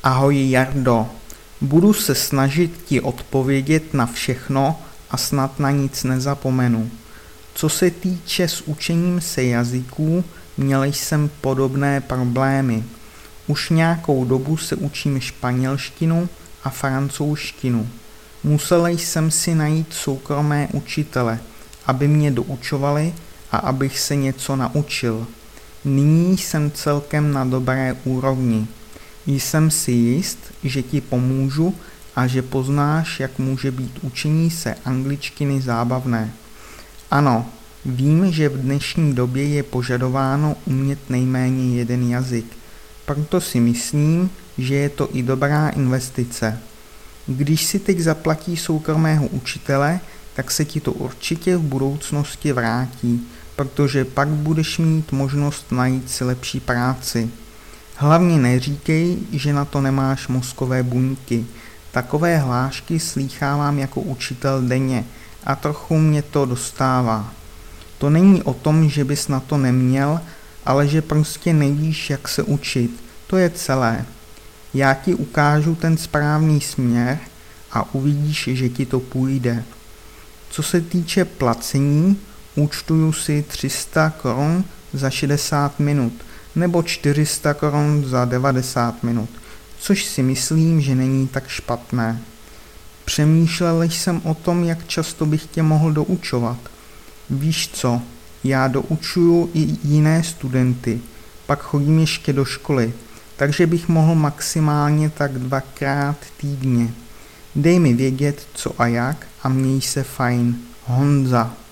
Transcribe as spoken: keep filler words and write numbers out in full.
Ahoj Jardo, budu se snažit ti odpovědět na všechno a snad na nic nezapomenu. Co se týče s učením se jazyků, měl jsem podobné problémy. Už nějakou dobu se učím španělštinu a francouzštinu. Musel jsem si najít soukromé učitele, aby mě doučovali a abych se něco naučil. Nyní jsem celkem na dobré úrovni. Jsem si jist, že ti pomůžu a že poznáš, jak může být učení se angličtiny zábavné. Ano, vím, že v dnešní době je požadováno umět nejméně jeden jazyk, proto si myslím, že je to i dobrá investice. Když si teď zaplatí soukromého učitele, tak se ti to určitě v budoucnosti vrátí, protože pak budeš mít možnost najít si lepší práci. Hlavně neříkej, že na to nemáš mozkové buňky. Takové hlášky slýchávám jako učitel denně a trochu mě to dostává. To není o tom, že bys na to neměl, ale že prostě nevíš, jak se učit. To je celé. Já ti ukážu ten správný směr a uvidíš, že ti to půjde. Co se týče placení, účtuju si tři sta korun za šedesát minut nebo čtyři sta korun za devadesát minut, což si myslím, že není tak špatné. Přemýšlel jsem o tom, jak často bych tě mohl doučovat. Víš co, já doučuju i jiné studenty, pak chodím ještě do školy, takže bych mohl maximálně tak dvakrát týdně. Dej mi vědět, co a jak a měj se fajn. Honza.